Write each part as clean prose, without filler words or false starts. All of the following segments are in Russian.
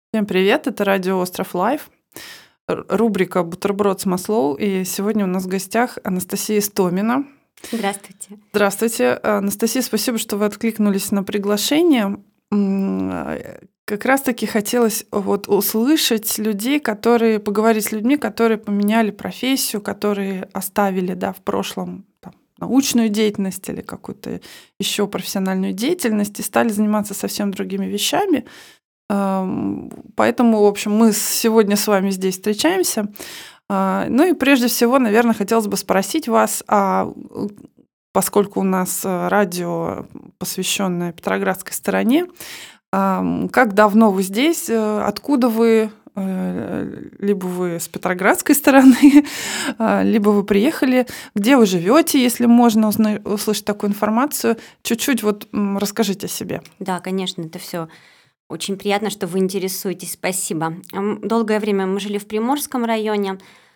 Всем привет, это радио «Остров Лайф», рубрика «Бутерброд с Маслоу». И сегодня у нас в гостях Анастасия Истомина. Здравствуйте. Здравствуйте. Анастасия, спасибо, что вы откликнулись на приглашение. Как раз-таки хотелось услышать людей, поговорить с людьми, которые поменяли профессию, которые оставили, в прошлом научную деятельность или какую-то еще профессиональную деятельность и стали заниматься совсем другими вещами. Поэтому, в общем, мы сегодня с вами здесь встречаемся. Ну и прежде всего, наверное, хотелось бы спросить вас, поскольку у нас радио, посвященное Петроградской стороне, как давно вы здесь, откуда вы, либо вы с Петроградской стороны, либо вы приехали, где вы живете, если можно услышать такую информацию. Чуть-чуть расскажите о себе. Да, конечно, это все очень приятно, что вы интересуетесь. Спасибо. Долгое время мы жили в Приморском районе,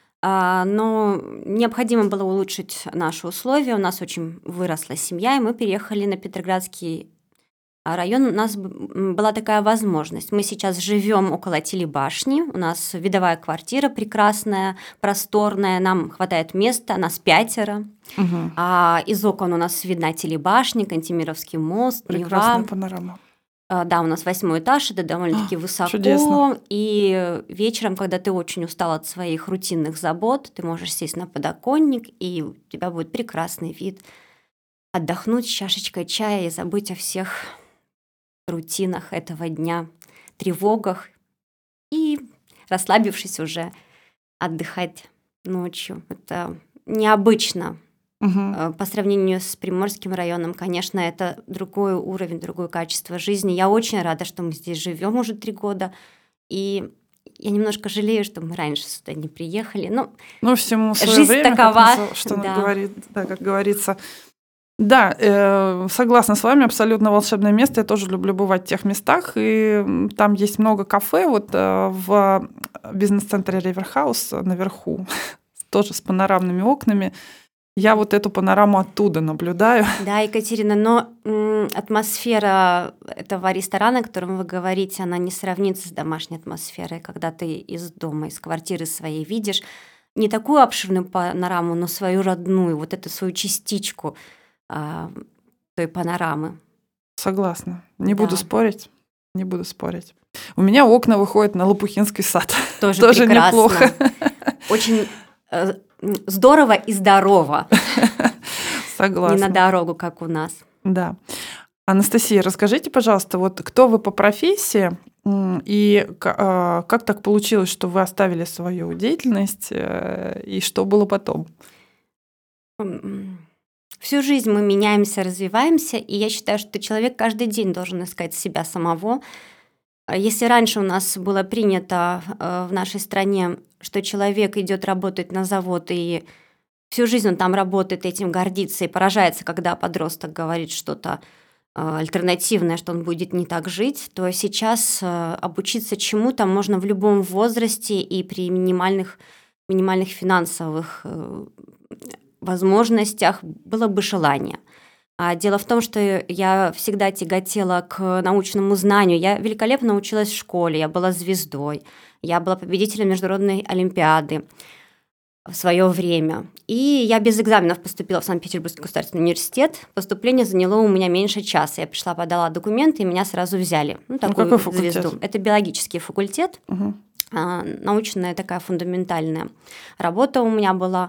но необходимо было улучшить наши условия. У нас очень выросла семья, и мы переехали на Петроградский район. У нас была такая возможность. Мы сейчас живем около телебашни. У нас видовая квартира прекрасная, просторная. Нам хватает места, нас 5. Угу. Из окон у нас видна телебашня, Кантемировский мост, Прекрасная Нева. панорама. Да, у нас 8 этаж, это довольно-таки высоко. Чудесно. И вечером, когда ты очень устал от своих рутинных забот, ты можешь сесть на подоконник, и у тебя будет прекрасный вид. Отдохнуть с чашечкой чая и забыть о всех рутинах этого дня, тревогах, и, расслабившись, уже отдыхать ночью. Это необычно. Угу. По сравнению с Приморским районом, конечно, это другой уровень, другое качество жизни. Я очень рада, что мы здесь живем уже 3 года. И я немножко жалею, что мы раньше сюда не приехали. Ну, всему свое жизнь время, такова. Как говорится. Да, согласна с вами, абсолютно волшебное место. Я тоже люблю бывать в тех местах. И там есть много кафе. В бизнес-центре Риверхаус наверху, тоже с панорамными окнами. Я эту панораму оттуда наблюдаю. Да, Екатерина, но атмосфера этого ресторана, о котором вы говорите, она не сравнится с домашней атмосферой, когда ты из дома, из квартиры своей видишь не такую обширную панораму, но свою родную, эту свою частичку той панорамы. Согласна. Не буду спорить. У меня окна выходят на Лопухинский сад. Тоже неплохо. Очень здорово и здорово. Согласна. Не на дорогу, как у нас. Да. Анастасия, расскажите, пожалуйста, кто вы по профессии и как так получилось, что вы оставили свою деятельность и что было потом? Всю жизнь мы меняемся, развиваемся, и я считаю, что человек каждый день должен искать себя самого. Если раньше у нас было принято в нашей стране, что человек идет работать на завод, и всю жизнь он там работает, этим гордится и поражается, когда подросток говорит что-то альтернативное, что он будет не так жить, то сейчас обучиться чему-то можно в любом возрасте и при минимальных финансовых возможностях, было бы желание. Дело в том, что я всегда тяготела к научному знанию. Я великолепно училась в школе, я была звездой, я была победителем международной олимпиады в свое время. И я без экзаменов поступила в Санкт-Петербургский государственный университет. Поступление заняло у меня меньше часа. Я пришла, подала документы, и меня сразу взяли. Такую какой факультет? Звезду. Это биологический факультет. Угу. Научная такая фундаментальная работа у меня была.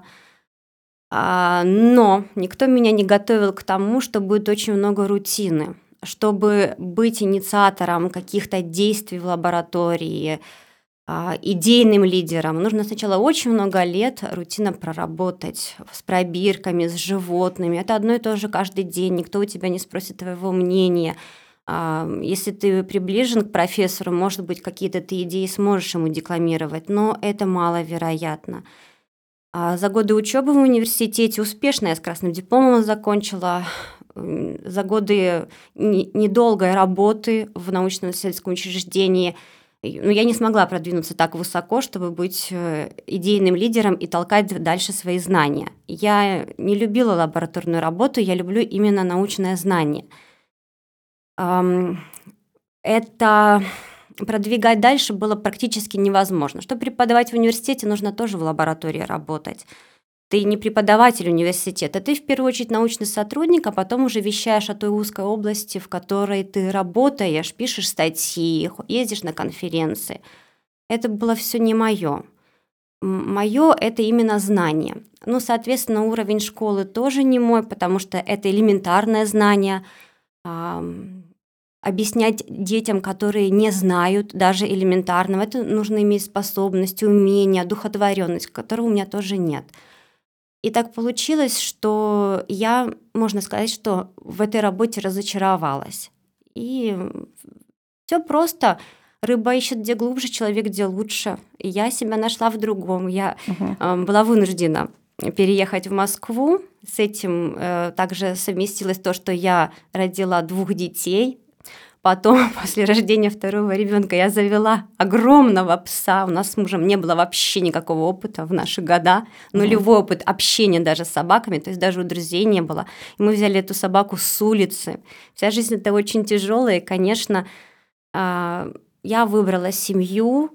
Но никто меня не готовил к тому, что будет очень много рутины. Чтобы быть инициатором каких-то действий в лаборатории, идейным лидером, нужно сначала очень много лет рутинно проработать с пробирками, с животными. Это одно и то же каждый день, никто у тебя не спросит твоего мнения. Если ты приближен к профессору, может быть, какие-то ты идеи сможешь ему декламировать, но это маловероятно. За годы учебы в университете успешно я с красным дипломом закончила. За годы недолгой работы в научно-исследовательском учреждении я не смогла продвинуться так высоко, чтобы быть идейным лидером и толкать дальше свои знания. Я не любила лабораторную работу, я люблю именно научное знание. Это продвигать дальше было практически невозможно. Чтобы преподавать в университете, нужно тоже в лаборатории работать. Ты не преподаватель университета, ты в первую очередь научный сотрудник, а потом уже вещаешь о той узкой области, в которой ты работаешь, пишешь статьи, ездишь на конференции. Это было все не мое. Мое – это именно знание. Ну, соответственно, уровень школы тоже не мой, потому что это элементарное знание. Объяснять детям, которые не знают даже элементарного, это нужно иметь способности, умения, одухотворенность, которой у меня тоже нет. И так получилось, что я, можно сказать, что в этой работе разочаровалась. И все просто. Рыба ищет где глубже, человек где лучше. И я себя нашла в другом. Я была вынуждена переехать в Москву. С этим также совместилось то, что я родила 2 детей. Потом, после рождения 2-го ребенка, я завела огромного пса. У нас с мужем не было вообще никакого опыта в наши года. Нулевой опыт общения даже с собаками, то есть даже у друзей не было. И мы взяли эту собаку с улицы. Вся жизнь это очень тяжелая. И, конечно, я выбрала семью,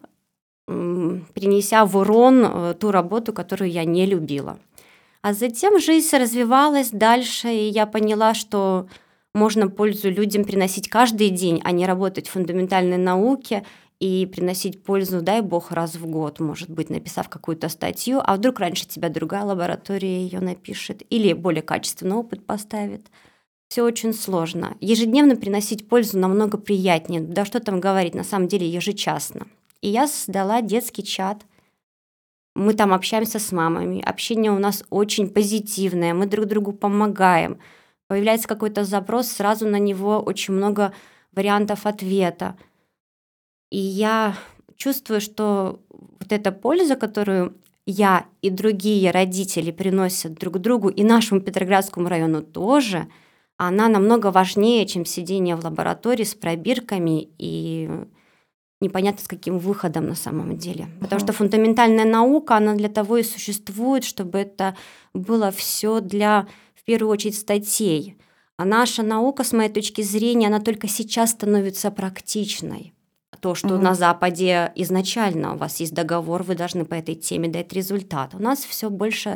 принеся в урон ту работу, которую я не любила. А затем жизнь развивалась дальше, и я поняла, что можно пользу людям приносить каждый день, а не работать в фундаментальной науке и приносить пользу, дай бог, раз в год, может быть, написав какую-то статью, а вдруг раньше тебя другая лаборатория ее напишет или более качественный опыт поставит. Все очень сложно. Ежедневно приносить пользу намного приятнее. Да что там говорить, на самом деле ежечасно. И я создала детский чат. Мы там общаемся с мамами. Общение у нас очень позитивное. Мы друг другу помогаем. Появляется какой-то запрос, сразу на него очень много вариантов ответа. И я чувствую, что вот эта польза, которую я и другие родители приносят друг другу, и нашему Петроградскому району тоже, она намного важнее, чем сидение в лаборатории с пробирками и непонятно с каким выходом на самом деле. Потому что фундаментальная наука, она для того и существует, чтобы это было все для, в первую очередь, статей. А наша наука, с моей точки зрения, она только сейчас становится практичной. То, что на Западе изначально у вас есть договор, вы должны по этой теме дать результат. У нас все больше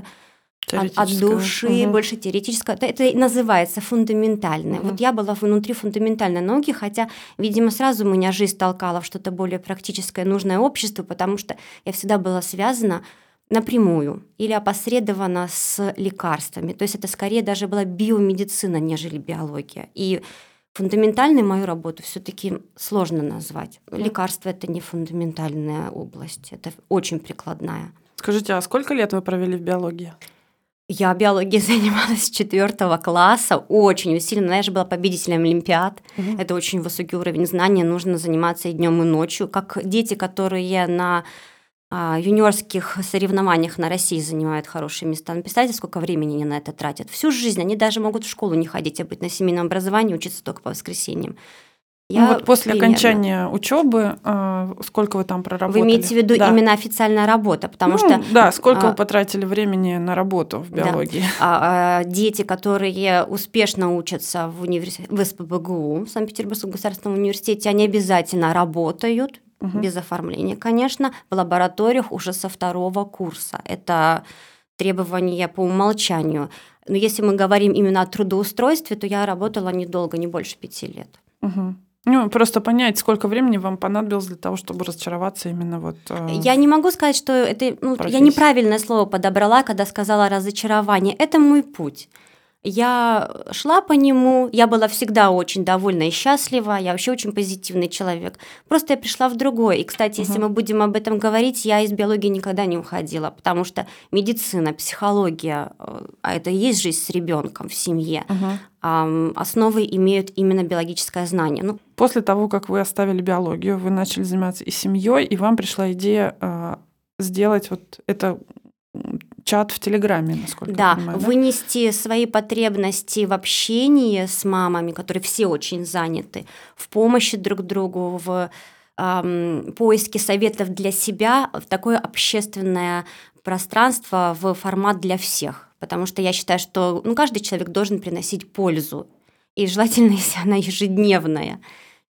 от души, больше теоретическое. Это и называется фундаментальное. Вот я была внутри фундаментальной науки, хотя, видимо, сразу меня жизнь толкала в что-то более практическое, нужное обществу, потому что я всегда была связана напрямую или опосредованно с лекарствами. То есть это скорее даже была биомедицина, нежели биология. И фундаментальной мою работу все-таки сложно назвать. Лекарство – это не фундаментальная область, это очень прикладная. Скажите, а сколько лет вы провели в биологии? Я биологией занималась с 4 класса, очень усиленно. Я же была победителем олимпиад. Это очень высокий уровень знаний, нужно заниматься и днем, и ночью. Как дети, которые на юниорских соревнованиях на России занимают хорошие места. Ну, представляете, сколько времени они на это тратят? Всю жизнь они даже могут в школу не ходить, а быть на семейном образовании, учиться только по воскресеньям. Вот после окончания учебы, сколько вы там проработали? Вы имеете в виду именно официальная работа, потому что... Да, сколько вы потратили времени на работу в биологии? Да. Дети, которые успешно учатся в СПбГУ, в Санкт-Петербургском государственном университете, они обязательно работают, без оформления, конечно, в лабораториях уже со 2 курса. Это требования по умолчанию. Но если мы говорим именно о трудоустройстве, то я работала недолго, не больше 5 лет. Ну, просто понять, сколько времени вам понадобилось для того, чтобы разочароваться именно вот... Я не могу сказать, что это... я неправильное слово подобрала, когда сказала разочарование. Это мой путь. Я шла по нему, я была всегда очень довольна и счастлива, я вообще очень позитивный человек. Просто я пришла в другое. И, кстати, если мы будем об этом говорить, я из биологии никогда не уходила, потому что медицина, психология, а это и есть жизнь с ребенком в семье, основы имеют именно биологическое знание. После того, как вы оставили биологию, вы начали заниматься и семьей, и вам пришла идея сделать вот это... чат в Телеграме, насколько я понимаю. Да, вынести свои потребности в общении с мамами, которые все очень заняты, в помощи друг другу, в поиске советов для себя, в такое общественное пространство, в формат для всех. Потому что я считаю, что каждый человек должен приносить пользу. И желательно, если она ежедневная.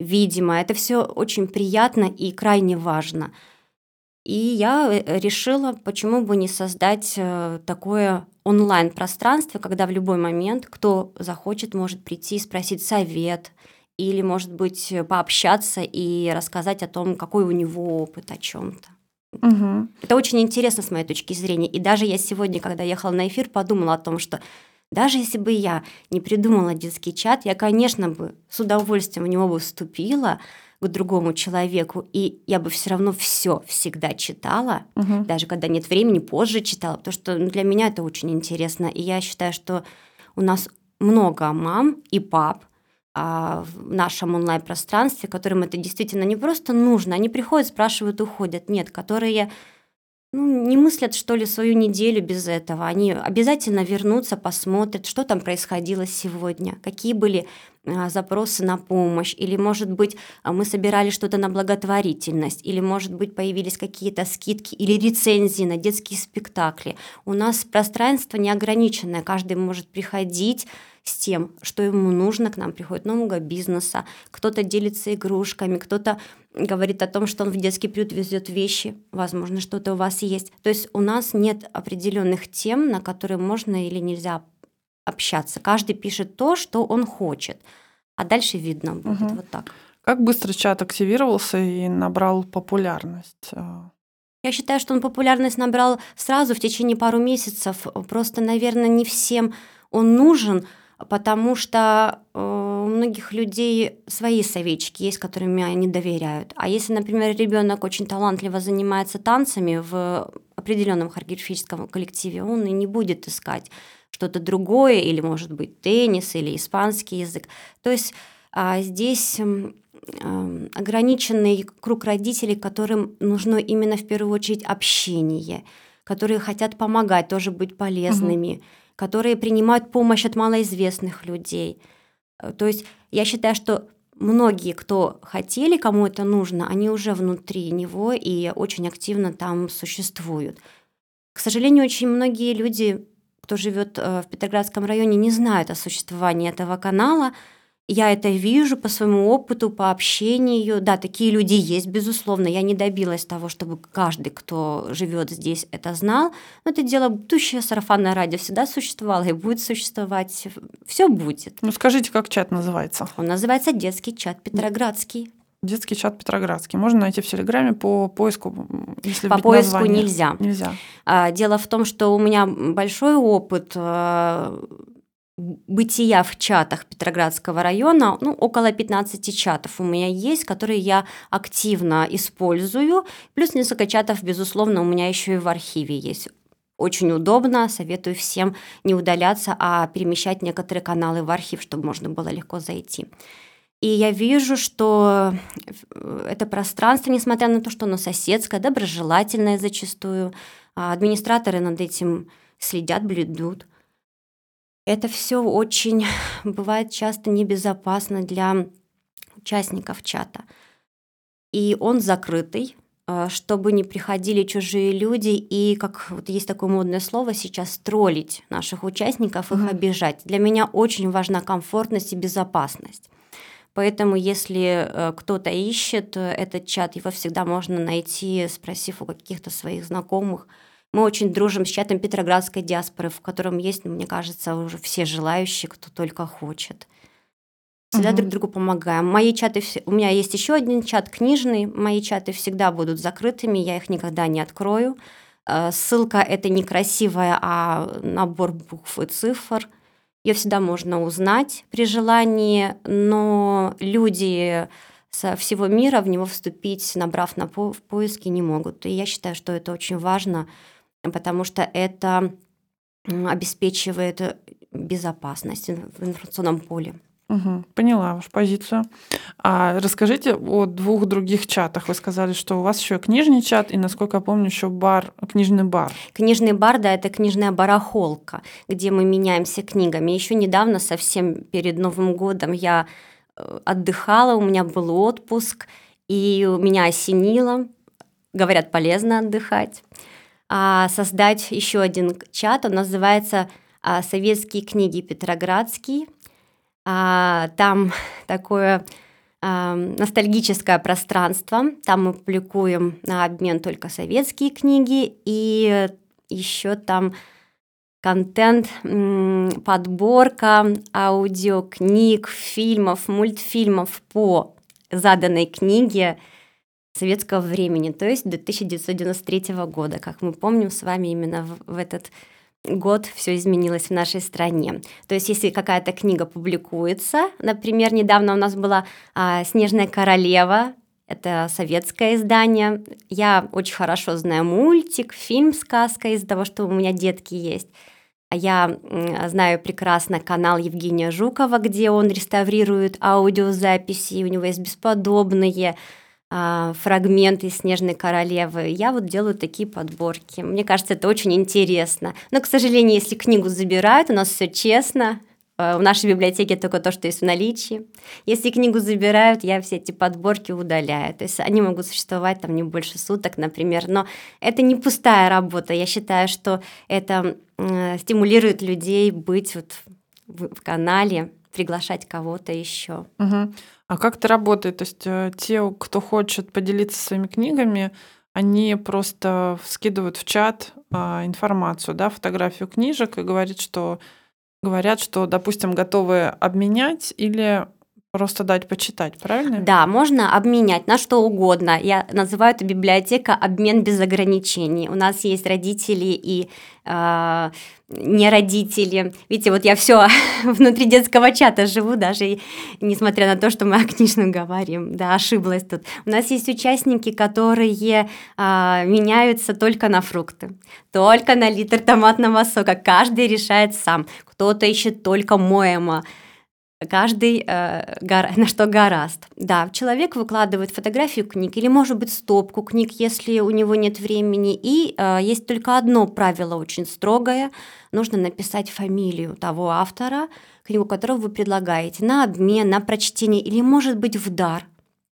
видимо. Это все очень приятно и крайне важно. И я решила, почему бы не создать такое онлайн-пространство, когда в любой момент кто захочет, может прийти и спросить совет, или, может быть, пообщаться и рассказать о том, какой у него опыт о чем-то. Мгм. Это очень интересно с моей точки зрения. И даже я сегодня, когда ехала на эфир, подумала о том, что даже если бы я не придумала детский чат, я, конечно, бы с удовольствием в него бы вступила к другому человеку, и я бы все равно все всегда читала, Мгм. даже когда нет времени, позже читала, потому что для меня это очень интересно. И я считаю, что у нас много мам и пап в нашем онлайн-пространстве, которым это действительно не просто нужно, они приходят, спрашивают, уходят. Нет, которые не мыслят, что ли, свою неделю без этого. Они обязательно вернутся, посмотрят, что там происходило сегодня, какие были запросы на помощь, или, может быть, мы собирали что-то на благотворительность, или, может быть, появились какие-то скидки или рецензии на детские спектакли. У нас пространство неограниченное, каждый может приходить с тем, что ему нужно, к нам приходит много бизнеса, кто-то делится игрушками, кто-то говорит о том, что он в детский приют везет вещи, возможно, что-то у вас есть. То есть у нас нет определенных тем, на которые можно или нельзя общаться. Каждый пишет то, что он хочет, а дальше видно будет. Мгм. Вот так. Как быстро чат активировался и набрал популярность? Я считаю, что он популярность набрал сразу в течение пару месяцев. Просто, наверное, не всем он нужен, потому что у многих людей свои советчики есть, которыми они доверяют. А если, например, ребенок очень талантливо занимается танцами в определенном хореографическом коллективе, он и не будет искать что-то другое, или, может быть, теннис, или испанский язык. То есть здесь ограниченный круг родителей, которым нужно именно в первую очередь общение, которые хотят помогать, тоже быть Мгм. полезными, которые принимают помощь от малоизвестных людей. То есть я считаю, что многие, кто хотели, кому это нужно, они уже внутри него и очень активно там существуют. К сожалению, очень многие люди, кто живет в Петроградском районе, не знают о существовании этого канала. Я это вижу по своему опыту, по общению. Да, такие люди есть, безусловно. Я не добилась того, чтобы каждый, кто живет здесь, это знал. Но это дело будущее. Сарафанное радио всегда существовало и будет существовать. Все будет. Ну, скажите, как чат называется? Он называется «Детский чат Петроградский». Детский чат Петроградский. Можно найти в Телеграме по поиску, если По вбить поиску название. нельзя. Нельзя. Дело в том, что у меня большой опыт бытия в чатах Петроградского района, около 15 чатов у меня есть, которые я активно использую, плюс несколько чатов, безусловно, у меня еще и в архиве есть. Очень удобно, советую всем не удаляться, а перемещать некоторые каналы в архив, чтобы можно было легко зайти. И я вижу, что это пространство, несмотря на то, что оно соседское, доброжелательное зачастую, администраторы над этим следят, блюдут. Это все очень бывает часто небезопасно для участников чата. И он закрытый, чтобы не приходили чужие люди и, как вот есть такое модное слово сейчас, троллить наших участников, их Мгм. обижать. Для меня очень важна комфортность и безопасность. Поэтому если кто-то ищет этот чат, его всегда можно найти, спросив у каких-то своих знакомых. Мы очень дружим с чатом Петроградской диаспоры, в котором есть, мне кажется, уже все желающие, кто только хочет. Всегда Мгм. друг другу помогаем. Мои чаты, у меня есть еще один чат книжный. Мои чаты всегда будут закрытыми, я их никогда не открою. Ссылка это не красивая, а набор букв и цифр. Ее всегда можно узнать при желании, но люди со всего мира в него вступить, набрав в поиски, не могут. И я считаю, что это очень важно, потому что это обеспечивает безопасность в информационном поле. Мгм. Поняла вашу позицию. А расскажите о 2 других чатах. Вы сказали, что у вас еще книжный чат и, насколько я помню, еще книжный бар. Книжный бар, да, это книжная барахолка, где мы меняемся книгами. Еще недавно, совсем перед Новым годом, я отдыхала, у меня был отпуск, и меня осенило, говорят, полезно отдыхать, создать еще один чат. Он называется «Советские книги Петроградские». Там такое ностальгическое пространство. Там мы публикуем на обмен только советские книги, и еще там контент, подборка аудиокниг, фильмов, мультфильмов по заданной книге советского времени, то есть до 1993 года. Как мы помним с вами, именно в этот год все изменилось в нашей стране. То есть если какая-то книга публикуется, например, недавно у нас была «Снежная королева», это советское издание. Я очень хорошо знаю мультик, фильм «Сказка» из-за того, что у меня детки есть. Я знаю прекрасно канал Евгения Жукова, где он реставрирует аудиозаписи, у него есть бесподобные фрагменты из «Снежной королевы». Я вот делаю такие подборки. Мне кажется, это очень интересно. Но, к сожалению, если книгу забирают, у нас все честно. В нашей библиотеке только то, что есть в наличии. Если книгу забирают, я все эти подборки удаляю. То есть они могут существовать там не больше суток, например. Но это не пустая работа. Я считаю, что это стимулирует людей быть вот в канале, приглашать кого-то еще. Угу. А как это работает? То есть те, кто хочет поделиться своими книгами, они просто скидывают в чат информацию, да, фотографию книжек и говорят, что, допустим, готовы обменять или просто дать почитать, правильно? Да, можно обменять на что угодно. Я называю это библиотека «Обмен без ограничений». У нас есть родители и не родители. Видите, вот я все внутри детского чата живу, даже несмотря на то, что мы о книжном говорим. Да, ошиблась тут. У нас есть участники, которые меняются только на фрукты, только на литр томатного сока. Каждый решает сам. Кто-то ищет только моэма. Каждый на что гораст. Да, человек выкладывает фотографию книг или, может быть, стопку книг, если у него нет времени. И есть только одно правило очень строгое. Нужно написать фамилию того автора, книгу которого вы предлагаете, на обмен, на прочтение или, может быть, в дар.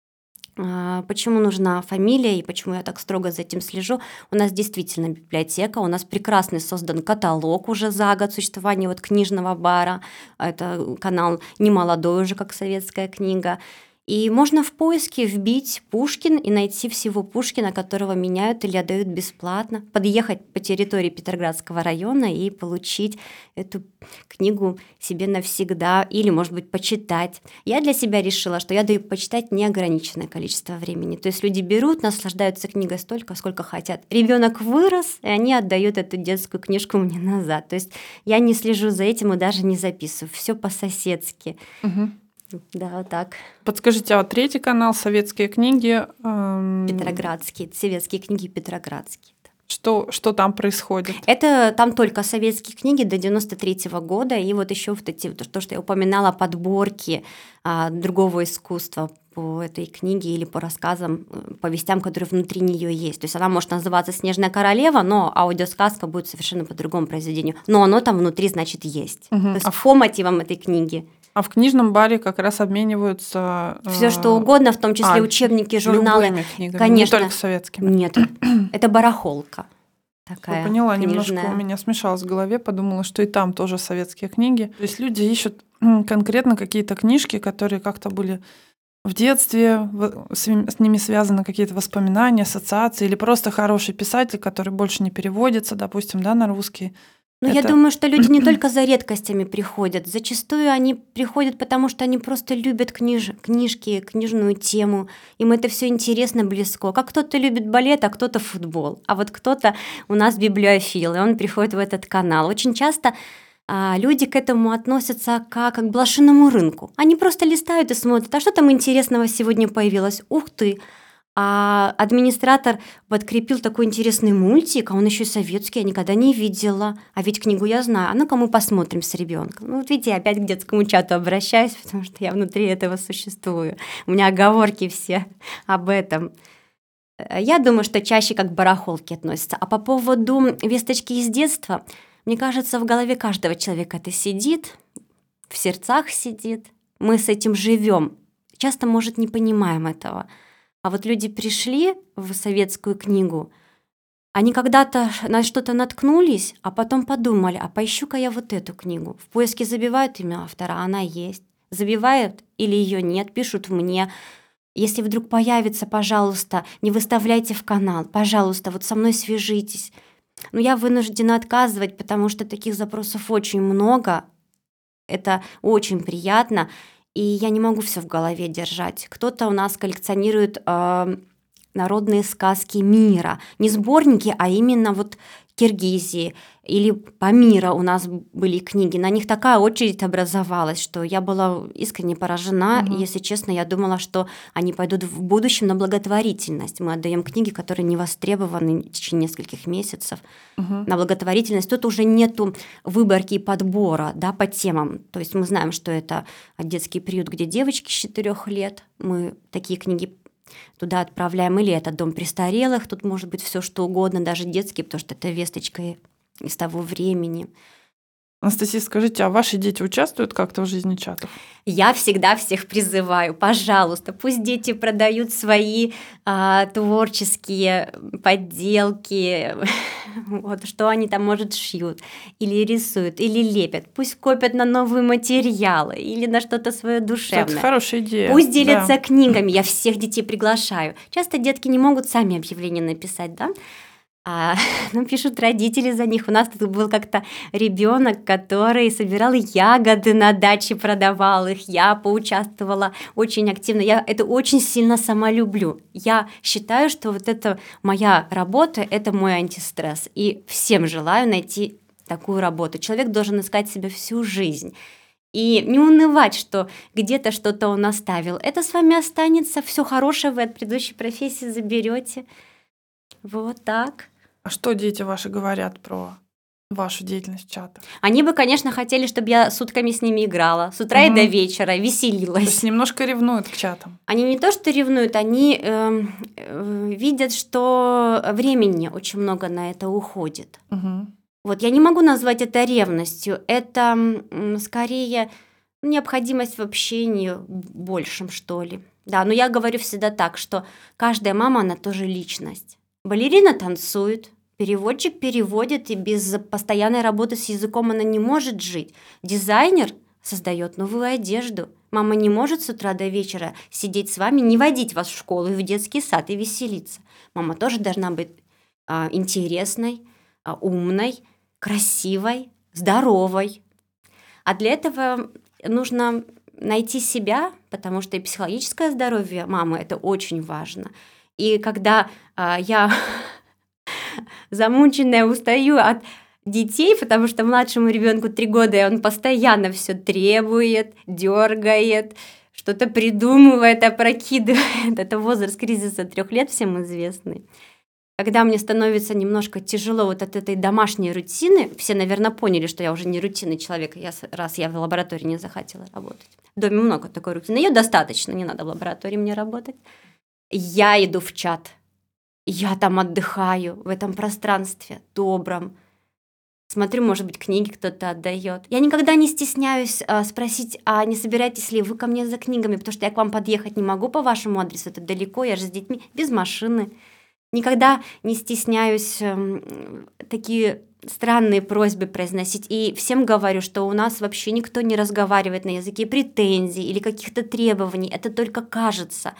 Почему нужна фамилия и почему я так строго за этим слежу? У нас действительно библиотека, у нас прекрасный создан каталог уже за год существования вот книжного бара. Это канал не молодой уже, как советская книга. И можно в поиске вбить Пушкин и найти всего Пушкина, которого меняют или отдают бесплатно, подъехать по территории Петроградского района и получить эту книгу себе навсегда или, может быть, почитать. Я для себя решила, что я даю почитать неограниченное количество времени. То есть люди берут, наслаждаются книгой столько, сколько хотят. Ребенок вырос, и они отдают эту детскую книжку мне назад. То есть я не слежу за этим и даже не записываю. Все по-соседски. Угу. Да, вот так. Подскажите, а вот третий канал «Советские книги»? Петроградские, советские книги петроградские. Что там происходит? Это там только советские книги до 93-го года, и вот еще вот эти, то, что я упоминала, подборки другого искусства по этой книге или по рассказам, повестям, которые внутри нее есть. То есть она может называться «Снежная королева», но аудиосказка будет совершенно по другому произведению. Но оно там внутри, значит, есть. Угу. То есть по мотивам этой книги. А в книжном баре как раз обмениваются... Все что угодно, в том числе учебники, журналы. Любыми книгами, конечно. не только советскими. Нет, это барахолка. Такая я поняла, книжная. немножко у меня смешалось в голове, подумала, что и там тоже советские книги. То есть люди ищут конкретно какие-то книжки, которые как-то были в детстве, с ними связаны какие-то воспоминания, ассоциации, или просто хороший писатель, который больше не переводится, допустим, да, на русский. Я думаю, что люди не только за редкостями приходят. Зачастую они приходят, потому что они просто любят книжки, книжную тему. Им это все интересно, близко. Как кто-то любит балет, а кто-то футбол. А вот кто-то у нас библиофил, и он приходит в этот канал. Очень часто люди к этому относятся как к блошиному рынку. Они просто листают и смотрят, а что там интересного сегодня появилось? Ух ты! А администратор подкрепил такой интересный мультик, а он еще и советский, я никогда не видела. А ведь книгу я знаю. А ну-ка мы посмотрим с ребенком. Ну вот видите, я опять к детскому чату обращаюсь, потому что я внутри этого существую. У меня оговорки все об этом. Я думаю, что чаще как к барахолке относятся. А по поводу весточки из детства, мне кажется, в голове каждого человека это сидит, в сердцах сидит. Мы с этим живем. Часто, может, не понимаем этого. А вот люди пришли в советскую книгу, они когда-то на что-то наткнулись, а потом подумали, а поищу-ка я вот эту книгу. В поиске забивают имя автора, она есть. забивают или ее нет, пишут мне. Если вдруг появится, пожалуйста, не выставляйте в канал, пожалуйста, вот со мной свяжитесь. Но я вынуждена отказывать, потому что таких запросов очень много. Это очень приятно, и я не могу все в голове держать. Кто-то у нас коллекционирует народные сказки мира. Не сборники, а именно вот Киргизии или Памира у нас были книги. На них такая очередь образовалась, что я была искренне поражена. Мгм. Если честно, я думала, что они пойдут в будущем на благотворительность. Мы отдаем книги, которые не востребованы в течение нескольких месяцев. Мгм. На благотворительность. Тут уже нету выборки и подбора, да, по темам. То есть мы знаем, что это детский приют, где девочки с 4 лет. Мы такие книги туда отправляем. Или это дом престарелых. Тут может быть все что угодно, даже детский, потому что это весточка из того времени. Анастасия, скажите, а ваши дети участвуют как-то в жизни чатов? Я всегда всех призываю, пожалуйста, пусть дети продают свои творческие подделки, вот, что они там, может, шьют, или рисуют, или лепят. Пусть копят на новые материалы или на что-то свое Это душевное. хорошая идея. Пусть делятся Да. книгами, я всех детей приглашаю. Часто детки не могут сами объявление написать, да? Ну, пишут родители за них. У нас тут был как-то ребенок, который собирал ягоды на даче, продавал их. Я поучаствовала очень активно. Я это очень сильно сама люблю. Я считаю, что вот это моя работа, это мой антистресс. И всем желаю найти такую работу. Человек должен искать себя всю жизнь. И не унывать, что где-то что-то он оставил. Это с вами останется. Все хорошее вы от предыдущей профессии заберете. Вот так. А что дети ваши говорят про вашу деятельность в чатах? Они бы, конечно, хотели, чтобы я сутками с ними играла, с утра и до вечера, То есть веселилась. немножко ревнуют к чатам. Они не то что ревнуют, они видят, что времени очень много на это уходит. Мгм. Вот я не могу назвать это ревностью, это скорее необходимость в общении большем, что ли. Да, но я говорю всегда так, что каждая мама, она тоже личность. Балерина танцует, переводчик переводит, и без постоянной работы с языком она не может жить. Дизайнер создает новую одежду. Мама не может с утра до вечера сидеть с вами, не водить вас в школу и в детский сад и веселиться. Мама тоже должна быть интересной, умной, красивой, здоровой. А для этого нужно найти себя, потому что и психологическое здоровье мамы – это очень важно. И когда я замученная устаю от детей, потому что младшему ребенку 3 года, и он постоянно все требует, дергает, что-то придумывает, опрокидывает. Это возраст кризиса 3 лет, всем известный. Когда мне становится немножко тяжело вот от этой домашней рутины, все, наверное, поняли, что я уже не рутинный человек, раз я в лаборатории не захотела работать. В доме много такой рутины. Ее достаточно, не надо в лаборатории мне работать. Я иду в чат. Я там отдыхаю в этом пространстве добром. Смотрю, может быть, книги кто-то отдает. Я никогда не стесняюсь спросить, а не собираетесь ли вы ко мне за книгами, потому что я к вам подъехать не могу по вашему адресу, это далеко, я же с детьми, без машины. Никогда не стесняюсь такие странные просьбы произносить. И всем говорю, что у нас вообще никто не разговаривает на языке претензий или каких-то требований. Это только кажется.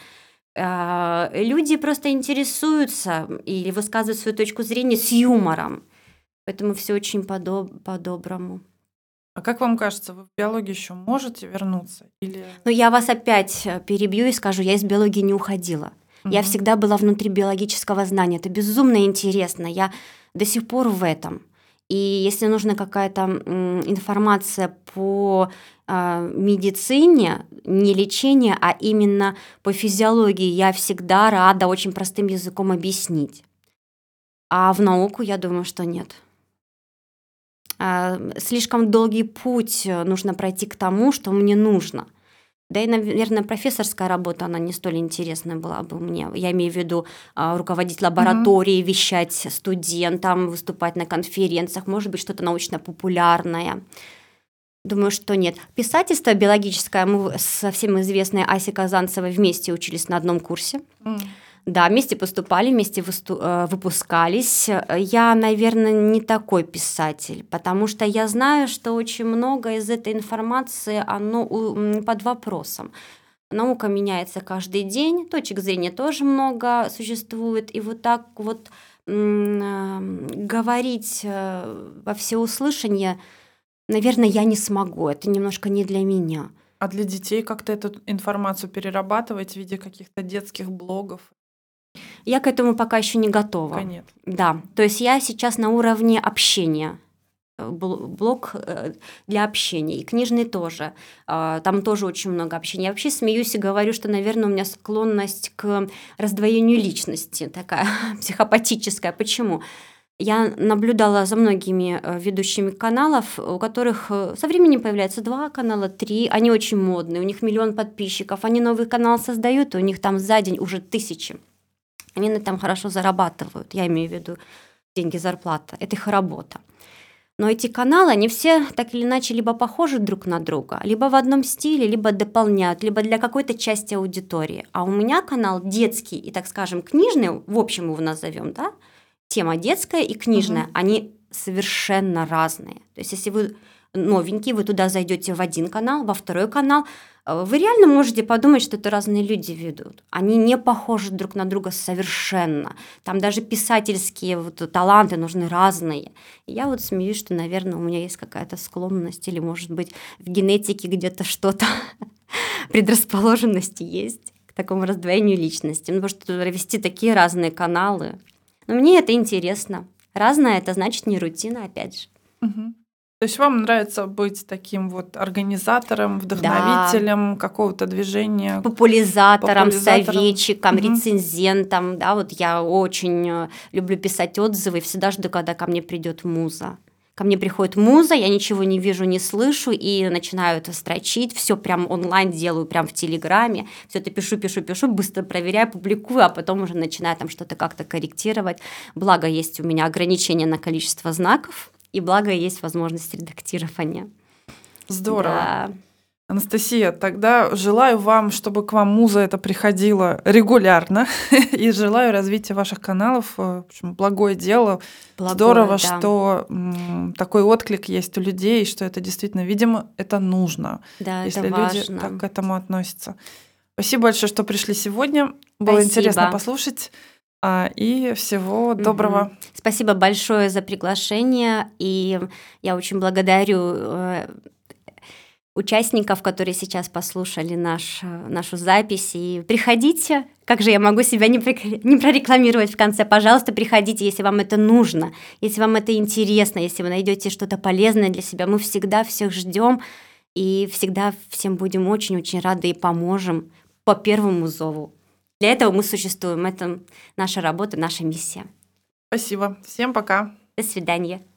Люди просто интересуются или высказывают свою точку зрения с юмором. Поэтому все очень по-доброму. А как вам кажется, вы в биологию еще можете вернуться? Или... Но я вас опять перебью и скажу, я из биологии не уходила. Я всегда была внутри биологического знания. Это безумно интересно. Я до сих пор в этом. И если нужна какая-то информация по медицине, не лечение, а именно по физиологии, я всегда рада очень простым языком объяснить. А в науку, я думаю, что нет. Слишком долгий путь нужно пройти к тому, что мне нужно. Да и, наверное, профессорская работа, она не столь интересная была бы мне. Я имею в виду руководить лабораторией, вещать студентам, выступать на конференциях, может быть, что-то научно-популярное. Думаю, что нет. Писательство биологическое, мы со всем известной Асей Казанцевой вместе учились на одном курсе. Да, вместе поступали, вместе выпускались. Я, наверное, не такой писатель, потому что я знаю, что очень много из этой информации, оно под вопросом. Наука меняется каждый день, точек зрения тоже много существует, и вот так вот говорить во всеуслышание, наверное, я не смогу, это немножко не для меня. А для детей как-то эту информацию перерабатывать в виде каких-то детских блогов? Я к этому пока еще не готова. Пока нет. Да, то есть я сейчас на уровне общения. Блог для общения, и книжный тоже. Там тоже очень много общения. Я вообще смеюсь и говорю, что, наверное, у меня склонность к раздвоению личности, такая психопатическая. Почему? Я наблюдала за многими ведущими каналов, у которых со временем появляется 2 канала, 3, они очень модные, у них 1 000 000 подписчиков, они новый канал создают, и у них там за день уже 1000. Они на этом хорошо зарабатывают, я имею в виду деньги, зарплата, это их работа. Но эти каналы, они все так или иначе либо похожи друг на друга, либо в одном стиле, либо дополняют, либо для какой-то части аудитории. А у меня канал детский и, так скажем, книжный, в общем его назовем, да, тема детская и книжная, они совершенно разные. То есть если вы новенький, вы туда зайдете в один канал, во второй канал, вы реально можете подумать, что это разные люди ведут. Они не похожи друг на друга совершенно. Там даже писательские таланты нужны разные. И я вот смеюсь, что, наверное, у меня есть какая-то склонность или, может быть, в генетике где-то что-то, предрасположенности есть к такому раздвоению личности. Потому что вести такие разные каналы. Но мне это интересно. Разное — это значит не рутина, опять же. Угу. То есть вам нравится быть таким вот организатором, вдохновителем какого-то движения? Популяризатором, советчиком, рецензентом. Да, вот я очень люблю писать отзывы и всегда жду, когда ко мне придет муза. Ко мне приходит муза, я ничего не вижу, не слышу, и начинаю это строчить, все прям онлайн делаю, прям в Телеграме, все это пишу, быстро проверяю, публикую, а потом уже начинаю там что-то как-то корректировать. Благо есть у меня ограничение на количество знаков, и благо есть возможность редактирования. Здорово. Да. Анастасия, тогда желаю вам, чтобы к вам муза это приходила регулярно, и желаю развития ваших каналов. В общем, благое дело. Здорово, да, что такой отклик есть у людей, что это действительно, видимо, это нужно, да, если это люди важно. так к этому относятся. Спасибо большое, что пришли сегодня. Было интересно послушать. И всего доброго. Спасибо большое за приглашение, и я очень благодарю участников, которые сейчас послушали нашу запись. И приходите, как же я могу себя не прорекламировать в конце? Пожалуйста, приходите, если вам это нужно, если вам это интересно, если вы найдете что-то полезное для себя. Мы всегда всех ждем и всегда всем будем очень-очень рады и поможем по первому зову. Для этого мы существуем. Это наша работа, наша миссия. Спасибо. Всем пока. До свидания.